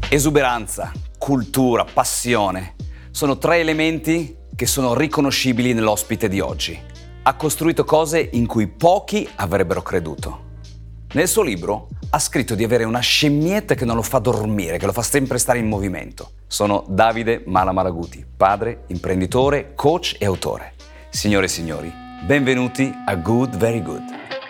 Esuberanza, cultura, passione sono tre elementi che sono riconoscibili nell'ospite di oggi. Ha costruito cose in cui pochi avrebbero creduto. Nel suo libro ha scritto di avere una scimmietta che non lo fa dormire, che lo fa sempre stare in movimento. Sono Davide Mala Malaguti, padre, imprenditore, coach e autore. Signore e signori, benvenuti a Good Very Good.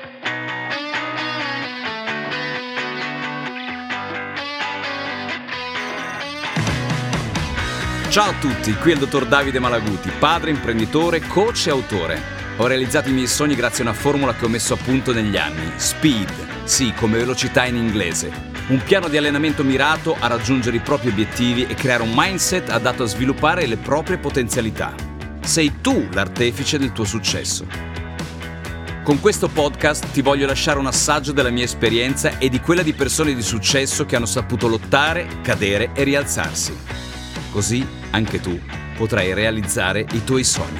Ciao a tutti, qui è il dottor Davide Malaguti, padre, imprenditore, coach e autore. Ho realizzato i miei sogni grazie a una formula che ho messo a punto negli anni. Speed, sì, come velocità in inglese. Un piano di allenamento mirato a raggiungere i propri obiettivi e creare un mindset adatto a sviluppare le proprie potenzialità. Sei tu l'artefice del tuo successo. Con questo podcast ti voglio lasciare un assaggio della mia esperienza e di quella di persone di successo che hanno saputo lottare, cadere e rialzarsi. Così anche tu potrai realizzare i tuoi sogni.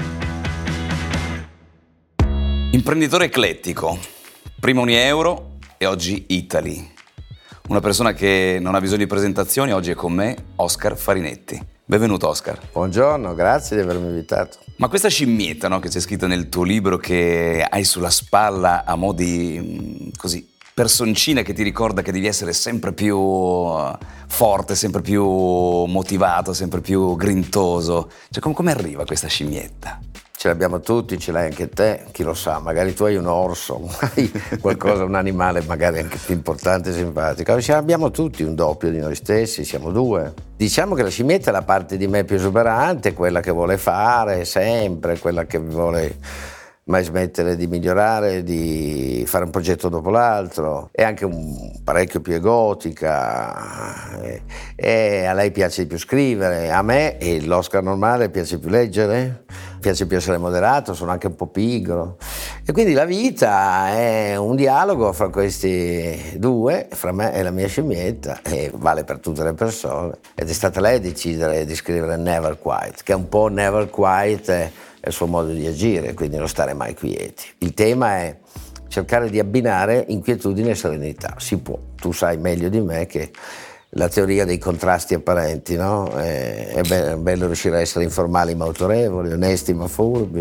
Imprenditore eclettico, prima Unieuro e oggi Italy. Una persona che non ha bisogno di presentazioni, oggi è con me, Oscar Farinetti. Benvenuto Oscar. Buongiorno, grazie di avermi invitato. Ma questa scimmietta, no, che c'è scritta nel tuo libro, che hai sulla spalla a mo' di così personcina che ti ricorda che devi essere sempre più forte, sempre più motivato, sempre più grintoso. Cioè, come arriva questa scimmietta? Ce l'abbiamo tutti, ce l'hai anche te, chi lo sa, magari tu hai un orso, hai qualcosa, un animale magari anche più importante e simpatico. Abbiamo tutti un doppio di noi stessi, siamo due. Diciamo che la scimmietta è la parte di me più esuberante, quella che vuole fare sempre, quella che vuole mai smettere di migliorare, di fare un progetto dopo l'altro, è anche un parecchio più egotica, e a lei piace di più scrivere, a me e l'Oscar normale piace più leggere, piace più essere moderato, sono anche un po' pigro, e quindi la vita è un dialogo fra questi due, fra me e la mia scimmietta, e vale per tutte le persone, ed è stata lei a decidere di scrivere Never Quite, che è un po' Never Quite è il suo modo di agire, quindi non stare mai quieti. Il tema è cercare di abbinare inquietudine e serenità. Si può, tu sai meglio di me che la teoria dei contrasti apparenti, no? È bello riuscire a essere informali ma autorevoli, onesti ma furbi,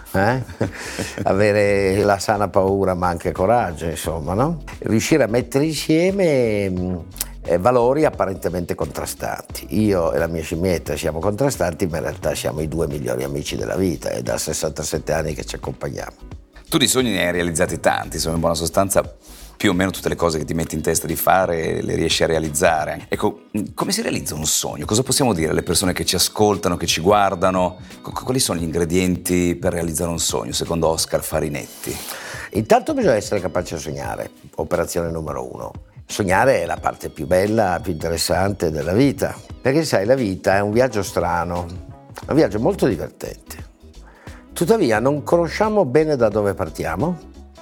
avere la sana paura ma anche coraggio, insomma, no? Riuscire a mettere insieme valori apparentemente contrastanti. Io e la mia scimmietta siamo contrastanti, ma in realtà siamo i due migliori amici della vita, è da 67 anni che ci accompagniamo. Tu di sogni ne hai realizzati tanti, insomma, in buona sostanza più o meno tutte le cose che ti metti in testa di fare le riesci a realizzare. Ecco, come si realizza un sogno? Cosa possiamo dire alle persone che ci ascoltano, che ci guardano? Quali sono gli ingredienti per realizzare un sogno, secondo Oscar Farinetti? Intanto bisogna essere capaci di sognare, operazione numero 1. Sognare è la parte più bella, più interessante della vita, perché sai, la vita è un viaggio strano, un viaggio molto divertente. Tuttavia non conosciamo bene da dove partiamo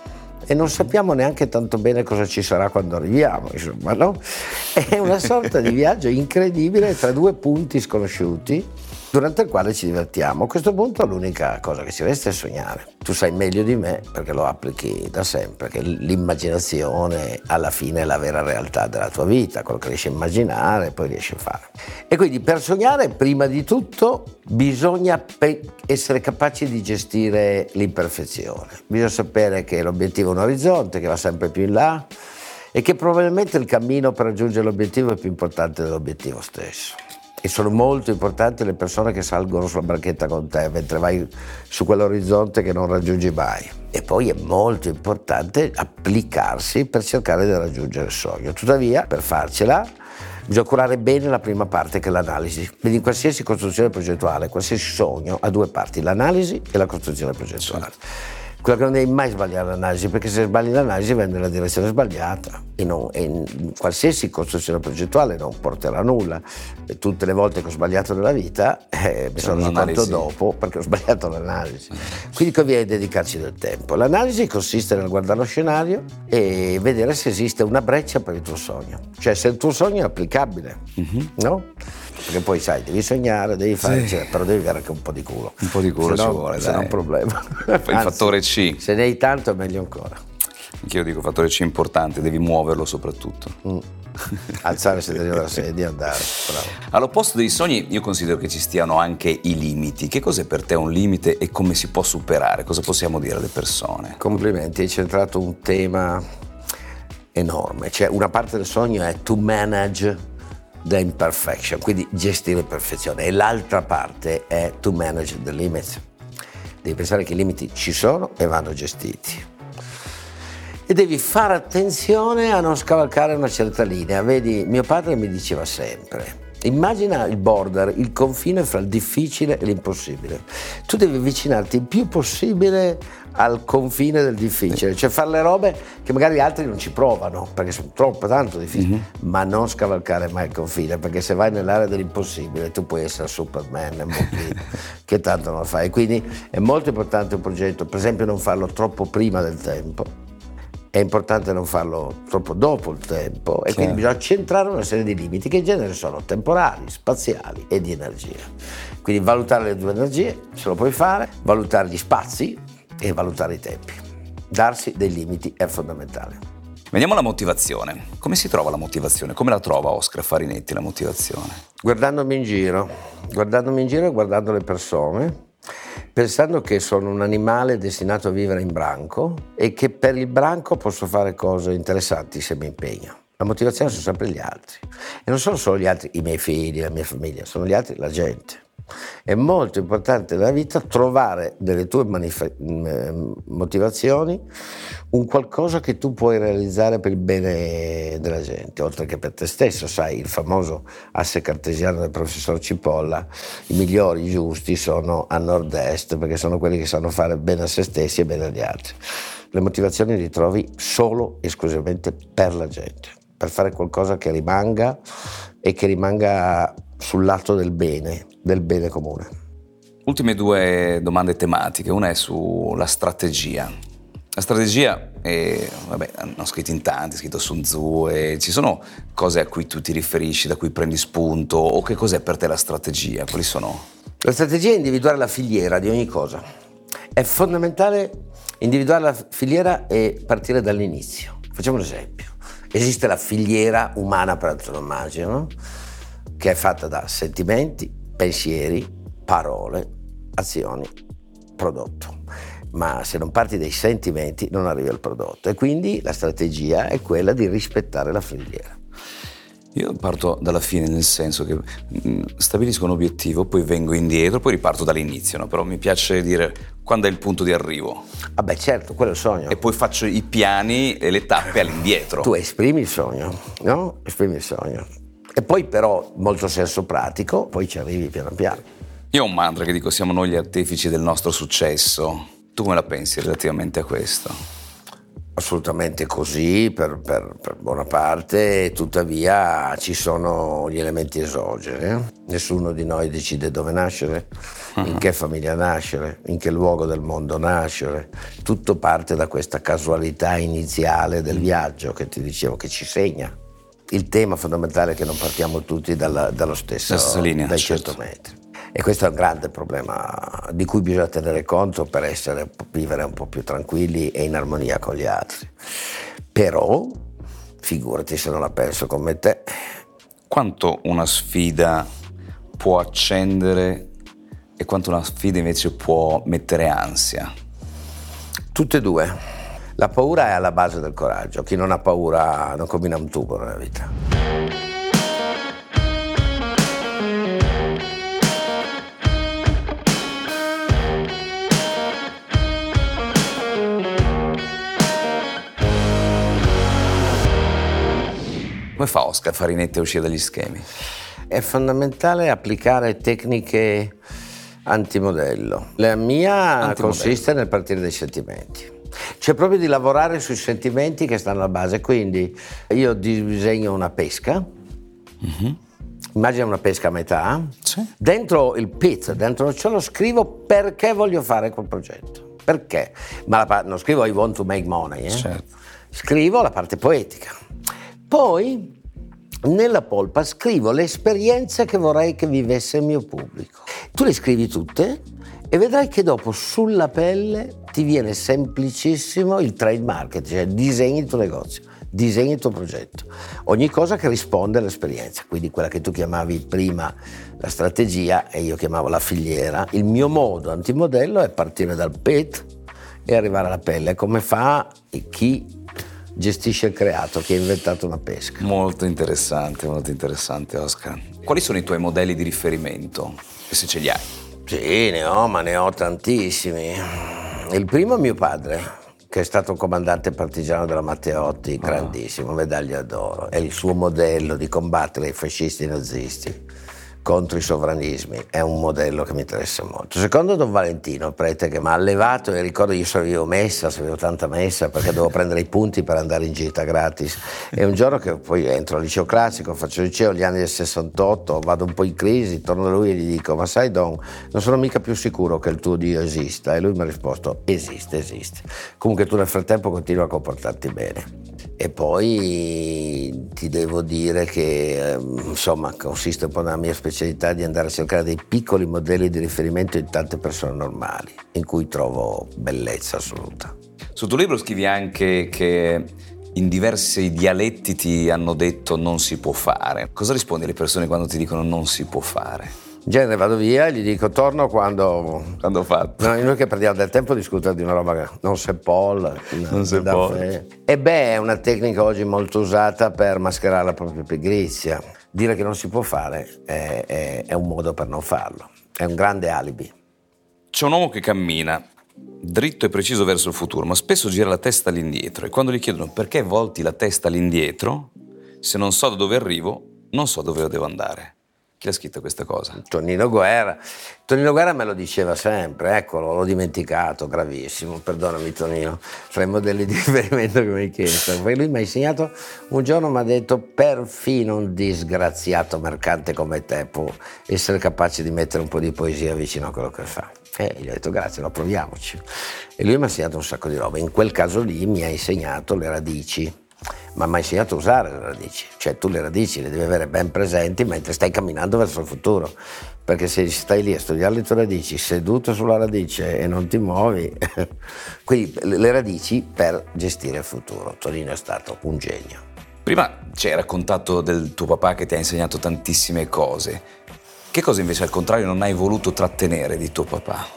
e non sappiamo neanche tanto bene cosa ci sarà quando arriviamo, insomma, no? È una sorta di viaggio incredibile tra due punti sconosciuti, durante il quale ci divertiamo. A questo punto l'unica cosa che ci resta è sognare. Tu sai meglio di me, perché lo applichi da sempre, che l'immaginazione alla fine è la vera realtà della tua vita, quello che riesci a immaginare poi riesci a fare. E quindi per sognare prima di tutto bisogna essere capaci di gestire l'imperfezione. Bisogna sapere che l'obiettivo è un orizzonte che va sempre più in là e che probabilmente il cammino per raggiungere l'obiettivo è più importante dell'obiettivo stesso. E sono molto importanti le persone che salgono sulla barchetta con te mentre vai su quell'orizzonte che non raggiungi mai. E poi è molto importante applicarsi per cercare di raggiungere il sogno. Tuttavia, per farcela, bisogna curare bene la prima parte, che è l'analisi. Quindi in qualsiasi costruzione progettuale, qualsiasi sogno ha due parti, l'analisi e la costruzione progettuale. Quello che non devi mai sbagliare l'analisi, perché se sbagli l'analisi vai nella direzione sbagliata e in qualsiasi costruzione progettuale non porterà a nulla. E tutte le volte che ho sbagliato nella vita mi sono reso conto dopo, perché ho sbagliato l'analisi. Quindi conviene dedicarci del tempo. L'analisi consiste nel guardare lo scenario e vedere se esiste una breccia per il tuo sogno, cioè se il tuo sogno è applicabile, no? Perché poi sai, devi sognare, devi fare, sì, però devi avere anche un po' di culo. Un po' di culo ci vuole, se no è un problema. Il fattore C. Se ne hai tanto è meglio ancora. Anch'io dico fattore C importante, devi muoverlo soprattutto. alzare il sedere dalla sedia e andare. Bravo. All'opposto dei sogni, io considero che ci stiano anche i limiti. Che cos'è per te un limite e come si può superare? Cosa possiamo dire alle persone? Complimenti, hai centrato un tema enorme. Cioè, una parte del sogno è to manage the imperfection, quindi gestire l'imperfezione, e l'altra parte è to manage the limits. Devi pensare che i limiti ci sono e vanno gestiti. E devi fare attenzione a non scavalcare una certa linea. Vedi, mio padre mi diceva sempre: immagina il border, il confine fra il difficile e l'impossibile. Tu devi avvicinarti il più possibile al confine del difficile, cioè fare le robe che magari altri non ci provano perché sono tanto difficili, ma non scavalcare mai il confine, perché se vai nell'area dell'impossibile tu puoi essere Superman che tanto non lo fai. Quindi è molto importante un progetto, per esempio non farlo troppo prima del tempo, è importante non farlo troppo dopo il tempo, e quindi bisogna centrare una serie di limiti che in genere sono temporali, spaziali e di energia. Quindi valutare le due energie, se lo puoi fare, valutare gli spazi e valutare i tempi. Darsi dei limiti è fondamentale. Veniamo alla motivazione. Come si trova la motivazione? Come la trova Oscar Farinetti la motivazione? Guardandomi in giro e guardando le persone, pensando che sono un animale destinato a vivere in branco e che per il branco posso fare cose interessanti se mi impegno. La motivazione sono sempre gli altri, e non sono solo gli altri, i miei figli, la mia famiglia, sono gli altri, la gente. È molto importante nella vita trovare nelle tue motivazioni un qualcosa che tu puoi realizzare per il bene della gente, oltre che per te stesso. Sai, il famoso asse cartesiano del professor Cipolla: i migliori, i giusti sono a nord-est, perché sono quelli che sanno fare bene a se stessi e bene agli altri. Le motivazioni le trovi solo e esclusivamente per la gente, per fare qualcosa che rimanga, e che rimanga sul lato del bene comune. Ultime due domande tematiche. Una è sulla strategia. La strategia è, hanno scritto in tanti, è scritto Sun Tzu, e ci sono cose a cui tu ti riferisci, da cui prendi spunto, o che cos'è per te la strategia? Quali sono? La strategia è individuare la filiera di ogni cosa. È fondamentale individuare la filiera e partire dall'inizio. Facciamo un esempio. Esiste la filiera umana per antonomasia, no? Che è fatta da sentimenti, pensieri, parole, azioni, prodotto. Ma se non parti dai sentimenti non arrivi al prodotto, e quindi la strategia è quella di rispettare la filiera. Io parto dalla fine, nel senso che stabilisco un obiettivo, poi vengo indietro, poi riparto dall'inizio, no? Però mi piace dire quando è il punto di arrivo. Ah beh, certo, quello è il sogno. E poi faccio i piani e le tappe all'indietro. Tu esprimi il sogno, no? Esprimi il sogno. E poi però, molto senso pratico, poi ci arrivi piano piano. Io ho un mantra che dico: siamo noi gli artefici del nostro successo. Tu come la pensi relativamente a questo? Assolutamente così, per buona parte, tuttavia ci sono gli elementi esogeni. Nessuno di noi decide dove nascere, in che famiglia nascere, in che luogo del mondo nascere. Tutto parte da questa casualità iniziale del viaggio che ti dicevo, che ci segna. Il tema fondamentale è che non partiamo tutti dallo stesso linea, dai 100 metri. E questo è un grande problema di cui bisogna tenere conto per vivere un po' più tranquilli e in armonia con gli altri. Però, figurati se non la penso come te. Quanto una sfida può accendere e quanto una sfida invece può mettere ansia? Tutte e due. La paura è alla base del coraggio. Chi non ha paura non combina un tubo nella vita. Come fa Oscar Farinetti a uscire dagli schemi? È fondamentale applicare tecniche antimodello. La mia consiste nel partire dai sentimenti. Cioè proprio di lavorare sui sentimenti che stanno alla base. Quindi io disegno una pesca, immagina una pesca a metà, sì. Dentro il pit, dentro ciò lo scrivo perché voglio fare quel progetto. Perché? Ma non scrivo I want to make money, Certo. Scrivo la parte poetica. Poi nella polpa scrivo le esperienze che vorrei che vivesse il mio pubblico. Tu le scrivi tutte e vedrai che dopo sulla pelle ti viene semplicissimo il trade market, cioè disegni il tuo negozio. disegni il tuo progetto, ogni cosa che risponde all'esperienza, quindi quella che tu chiamavi prima la strategia e io chiamavo la filiera. Il mio modo antimodello è partire dal PET e arrivare alla pelle, come fa chi gestisce il creato, chi ha inventato una pesca. Molto interessante Oscar. Quali sono i tuoi modelli di riferimento, e se ce li hai? Sì, ne ho tantissimi. Il primo è mio padre, che è stato un comandante partigiano della Matteotti, grandissimo, medaglia d'oro. È il suo modello di combattere i fascisti e i nazisti contro i sovranismi, è un modello che mi interessa molto. Secondo Don Valentino, prete che mi ha allevato, e ricordo io servivo messa, servivo tanta messa perché dovevo prendere i punti per andare in gita gratis, e un giorno che poi entro al liceo classico, faccio il liceo gli anni del 68, vado un po' in crisi, torno da lui e gli dico: ma sai Don, non sono mica più sicuro che il tuo Dio esista, e lui mi ha risposto: esiste, comunque tu nel frattempo continua a comportarti bene. E poi ti devo dire che insomma consiste un po' nella mia specialità di andare a cercare dei piccoli modelli di riferimento in tante persone normali, in cui trovo bellezza assoluta. Sul tuo libro scrivi anche che in diversi dialetti ti hanno detto non si può fare. Cosa rispondi alle persone quando ti dicono non si può fare? In genere vado via e gli dico torno quando ho fatto. No, noi che perdiamo del tempo a discutere di una roba che non si può. E beh, è una tecnica oggi molto usata per mascherare la propria pigrizia. Dire che non si può fare è un modo per non farlo, è un grande alibi. C'è un uomo che cammina dritto e preciso verso il futuro, ma spesso gira la testa all'indietro, e quando gli chiedono perché volti la testa all'indietro, se non so da dove arrivo, non so dove devo andare. Chi l'ha scritta questa cosa? Tonino Guerra. Tonino Guerra me lo diceva sempre, eccolo, l'ho dimenticato, gravissimo, perdonami Tonino, fra i modelli di riferimento che mi hai chiesto. Poi lui mi ha insegnato, un giorno mi ha detto: perfino un disgraziato mercante come te può essere capace di mettere un po' di poesia vicino a quello che fa. E gli ho detto: grazie, no, proviamoci. E lui mi ha insegnato un sacco di roba. In quel caso lì mi ha insegnato le radici, ma mi ha insegnato a usare le radici, cioè tu le radici le devi avere ben presenti mentre stai camminando verso il futuro, perché se stai lì a studiare le tue radici seduto sulla radice e non ti muovi quindi le radici per gestire il futuro. Tonino è stato un genio. Prima ci hai raccontato del tuo papà che ti ha insegnato tantissime cose. Che cosa invece al contrario non hai voluto trattenere di tuo papà?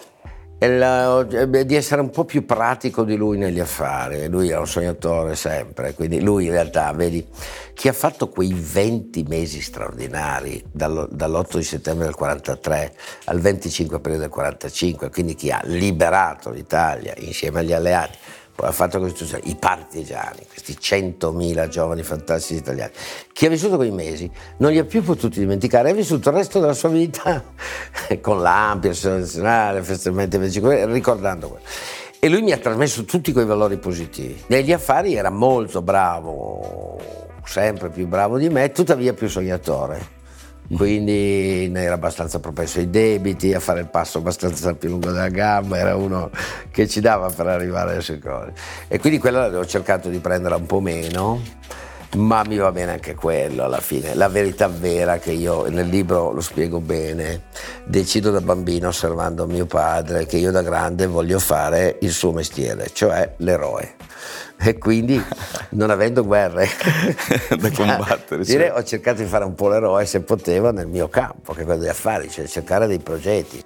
Di essere un po' più pratico di lui negli affari. Lui era un sognatore sempre, quindi lui in realtà, vedi, chi ha fatto quei 20 mesi straordinari dall'8 di settembre del 43 al 25 aprile del 45, quindi chi ha liberato l'Italia insieme agli alleati, poi ha fatto la Costituzione, i partigiani, questi 100.000 giovani fantastici italiani, chi ha vissuto quei mesi non li ha più potuti dimenticare, ha vissuto il resto della sua vita con l'Ampia, l'Associazione Nazionale, festivamente 25, ricordando quello. E lui mi ha trasmesso tutti quei valori positivi. Negli affari era molto bravo, sempre più bravo di me, tuttavia più sognatore. Quindi ne era abbastanza propenso ai debiti, a fare il passo abbastanza più lungo della gamba, era uno che ci dava per arrivare alle sue cose. E quindi quella ho cercato di prenderla un po' meno, ma mi va bene anche quello alla fine. La verità vera che io nel libro lo spiego bene, decido da bambino osservando mio padre che io da grande voglio fare il suo mestiere, cioè l'eroe. E quindi non avendo guerre da combattere, ho cercato di fare un po' l'eroe se potevo nel mio campo, che è quello degli affari, cioè cercare dei progetti.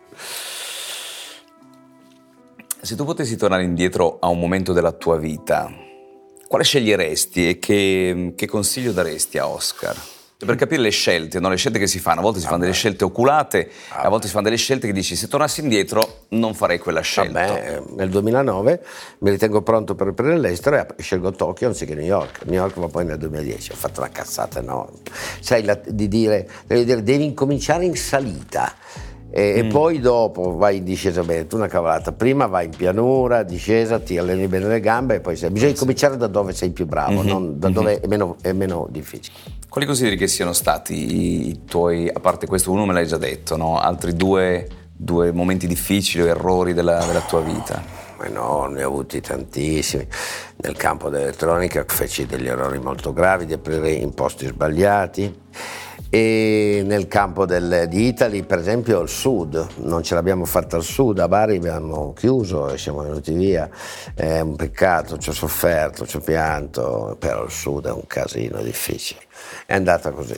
Se tu potessi tornare indietro a un momento della tua vita, quale sceglieresti e che consiglio daresti a Oscar? Per capire le scelte, no? Le scelte che si fanno, a volte si fanno delle scelte oculate, a volte si fanno delle scelte che dici: se tornassi indietro non farei quella scelta. Nel 2009 mi ritengo pronto per riprendere l'estero e scelgo Tokyo anziché New York. New York va poi nel 2010, ho fatto una cazzata enorme. Sai, devi dire, devi incominciare in salita. E poi dopo vai in discesa bene, tu una cavolata, prima vai in pianura, discesa, ti alleni bene le gambe e poi bisogna cominciare da dove sei più bravo, non da dove è meno difficile. Quali consideri che siano stati i tuoi, a parte questo uno me l'hai già detto, no? Altri due momenti difficili o errori della tua vita? No, ne ho avuti tantissimi. Nel campo dell'elettronica feci degli errori molto gravi, di aprire in posti sbagliati. E nel campo di Italy, per esempio, il sud, non ce l'abbiamo fatta al sud, a Bari abbiamo chiuso e siamo venuti via, è un peccato, ci ho sofferto, ci ho pianto, però il sud è un casino difficile, è andata così.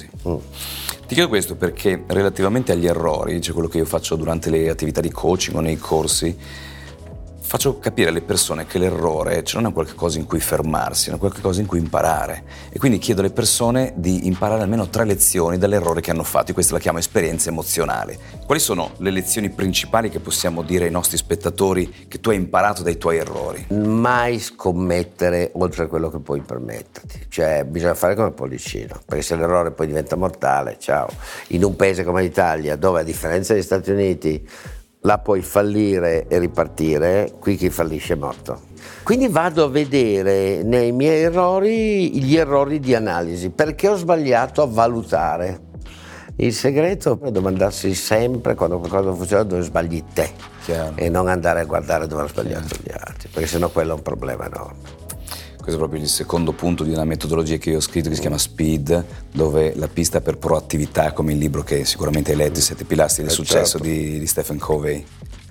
Ti chiedo questo perché relativamente agli errori, cioè quello che io faccio durante le attività di coaching o nei corsi, faccio capire alle persone che l'errore non è qualcosa in cui fermarsi, è qualcosa in cui imparare. E quindi chiedo alle persone di imparare almeno 3 lezioni dall'errore che hanno fatto. Questa la chiamo esperienza emozionale. Quali sono le lezioni principali che possiamo dire ai nostri spettatori che tu hai imparato dai tuoi errori? Mai scommettere oltre quello che puoi permetterti. Cioè bisogna fare come Pollicino, perché se l'errore poi diventa mortale, ciao. In un paese come l'Italia, dove a differenza degli Stati Uniti la puoi fallire e ripartire, qui chi fallisce è morto. Quindi vado a vedere nei miei errori gli errori di analisi, perché ho sbagliato a valutare. Il segreto è domandarsi sempre, quando qualcosa funziona, dove sbagli te. Chiaro. E non andare a guardare dove hanno sbagliato gli altri, perché sennò quello è un problema enorme. Questo è proprio il secondo punto di una metodologia che io ho scritto che si chiama SPEED, dove la pista per proattività, come il libro che sicuramente hai letto, I 7 pilastri del successo di Stephen Covey.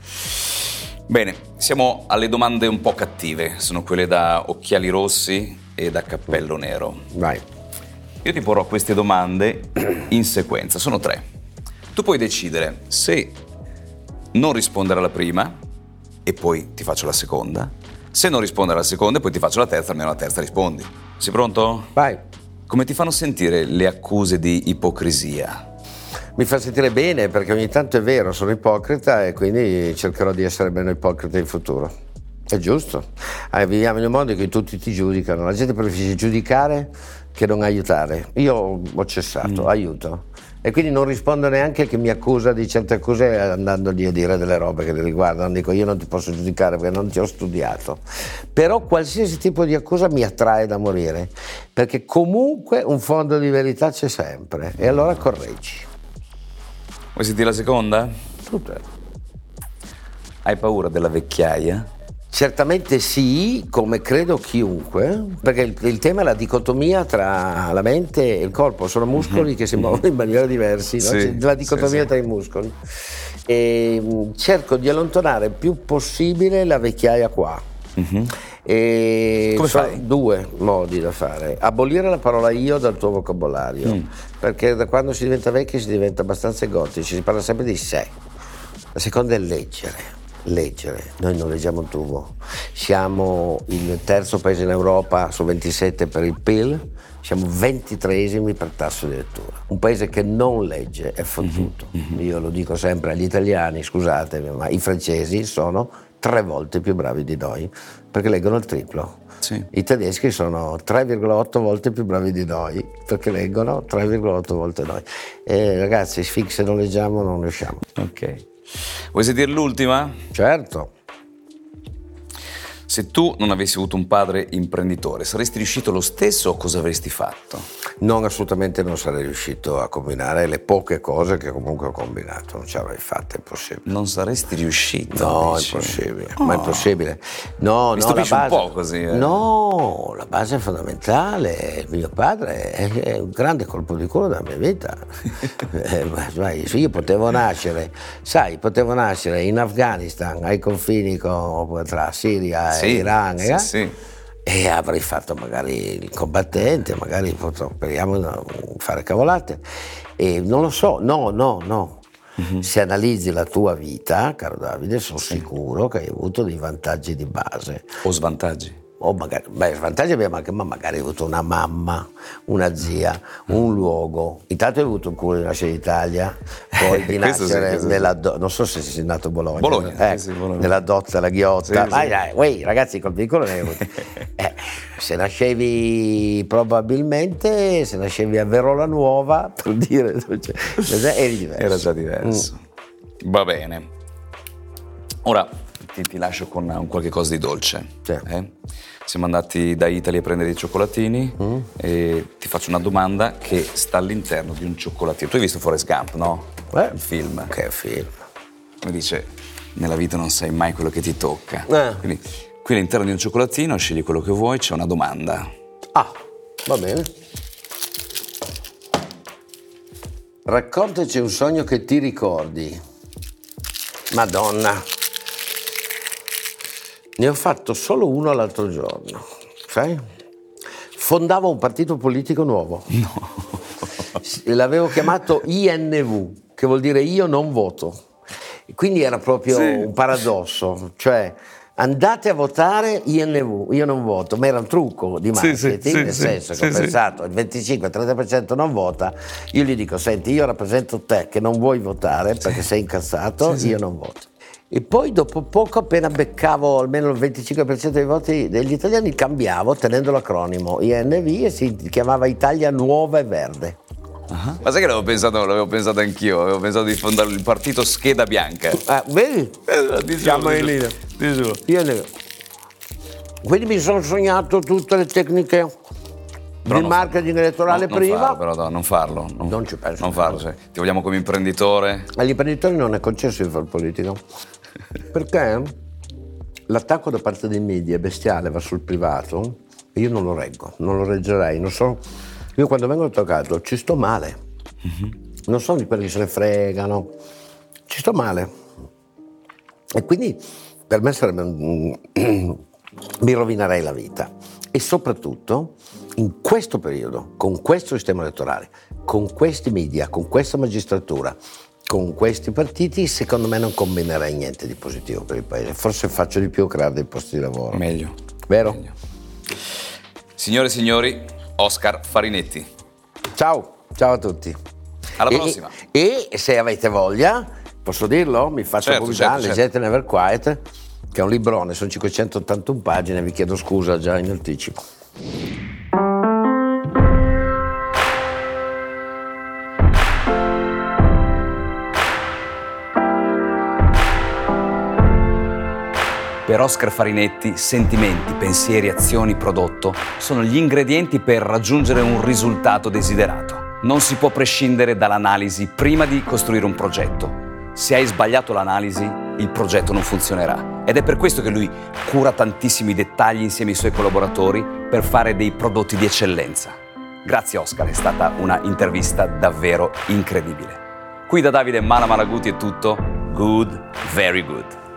Bene, siamo alle domande un po' cattive, sono quelle da occhiali rossi e da cappello nero. Vai. Io ti porrò queste domande in sequenza, sono 3. Tu puoi decidere se non rispondere alla prima e poi ti faccio la seconda. Se non rispondere alla seconda e poi ti faccio la terza, almeno la terza rispondi. Sei pronto? Vai. Come ti fanno sentire le accuse di ipocrisia? Mi fa sentire bene, perché ogni tanto è vero, sono ipocrita e quindi cercherò di essere meno ipocrita in futuro. È giusto. Viviamo in un mondo in cui tutti ti giudicano, la gente preferisce giudicare che non aiutare. Io ho cessato, aiuto. E quindi non rispondo neanche che mi accusa di certe accuse andandogli a dire delle robe che li riguardano. Dico, io non ti posso giudicare perché non ti ho studiato. Però qualsiasi tipo di accusa mi attrae da morire, perché comunque un fondo di verità c'è sempre. E allora correggi. Vuoi sentire la seconda? Tutto. Hai paura della vecchiaia? Certamente sì, come credo chiunque, perché il tema è la dicotomia tra la mente e il corpo, sono muscoli che si muovono in maniera diversa, no? C'è la dicotomia tra i muscoli. E cerco di allontanare il più possibile la vecchiaia qua. E come fai? 2 modi da fare: abolire la parola io dal tuo vocabolario, perché da quando si diventa vecchi si diventa abbastanza egotici, si parla sempre di sé. La seconda è leggere. Noi non leggiamo un tubo, siamo il terzo paese in Europa su 27 per il PIL, siamo 23esimi per tasso di lettura. Un paese che non legge è fottuto. Io lo dico sempre agli italiani, scusatemi, ma i francesi sono 3 volte più bravi di noi, perché leggono il triplo. Sì. I tedeschi sono 3,8 volte più bravi di noi, perché leggono 3,8 volte noi. Ragazzi, se non leggiamo non riusciamo. Ok. Vuoi sentire l'ultima? Certo. Se tu non avessi avuto un padre imprenditore, saresti riuscito lo stesso o cosa avresti fatto? Non, assolutamente non sarei riuscito a combinare le poche cose che comunque ho combinato, non ce l'avrei fatta, è impossibile. Non saresti riuscito? No, dici? è impossibile, ma è impossibile. No, Mi no, stupisci la base, un po' così. No, la base è fondamentale. Mio padre è un grande colpo di culo della mia vita. Io potevo nascere in Afghanistan, ai confini tra Siria e Iran, e avrei fatto magari il combattente, magari speriamo di non fare cavolate, e non lo so, no. Se analizzi la tua vita, caro Davide, sono sicuro che hai avuto dei vantaggi di base. O svantaggi? O magari, svantaggi abbiamo anche, ma magari hai avuto una mamma, una zia, un luogo. Intanto hai avuto un culo di nascere in Italia, poi di nascere non so se sei nato a Bologna. Bologna. Nella dotta, la ghiotta. Ragazzi, colpi di culo ne hai avuti. Se nascevi probabilmente, se nascevi a Verola Nuova, per dire, eri diverso. Era già diverso. Va bene. Ora ti lascio con un qualche cosa di dolce. Siamo andati da Italy a prendere i cioccolatini e ti faccio una domanda che sta all'interno di un cioccolatino. Tu hai visto Forrest Gump, no? Il film. Che film? Come dice, nella vita non sai mai quello che ti tocca. Quindi qui all'interno di un cioccolatino scegli quello che vuoi, c'è una domanda. Va bene. Raccontaci un sogno che ti ricordi. Madonna. Ne ho fatto solo uno l'altro giorno, sai? Fondavo un partito politico nuovo. No. L'avevo chiamato INV, che vuol dire io non voto. Quindi era proprio un paradosso, cioè andate a votare INV, io non voto, ma era un trucco di marketing, nel senso che ho pensato il 25-30% non vota, io gli dico senti io rappresento te che non vuoi votare perché sei incazzato, io non voto. E poi dopo poco appena beccavo almeno il 25% dei voti degli italiani cambiavo tenendo l'acronimo INV e si chiamava Italia Nuova e Verde. Uh-huh. Ma sai che l'avevo pensato anch'io, avevo pensato di fondare il partito Scheda Bianca. Vedi? Siamo in linea. Quindi mi sono sognato tutte le tecniche di marketing elettorale prima. Non farlo. Non ci penso. Non farlo, sì. Ti vogliamo come imprenditore. Agli imprenditori non è concesso di fare politica. Perché l'attacco da parte dei media è bestiale, va sul privato, e io non lo reggo, non lo reggerei, non so. Io quando vengo attaccato ci sto male, non sono di quelli che se ne fregano, ci sto male. E quindi per me sarebbe mi rovinerei la vita. E soprattutto in questo periodo, con questo sistema elettorale, con questi media, con questa magistratura, con questi partiti, secondo me non combinerei niente di positivo per il paese. Forse faccio di più creare dei posti di lavoro. Meglio. Vero? Meglio. Signore e signori, Oscar Farinetti. Ciao a tutti. Alla prossima. E se avete voglia, posso dirlo? Mi faccio pubblicità, leggete Never Quiet, che è un librone, sono 581 pagine, vi chiedo scusa già in anticipo. Per Oscar Farinetti, sentimenti, pensieri, azioni, prodotto sono gli ingredienti per raggiungere un risultato desiderato. Non si può prescindere dall'analisi prima di costruire un progetto. Se hai sbagliato l'analisi, il progetto non funzionerà. Ed è per questo che lui cura tantissimi dettagli insieme ai suoi collaboratori per fare dei prodotti di eccellenza. Grazie Oscar, è stata una intervista davvero incredibile. Qui da Davide Malaguti è tutto. Good, very good.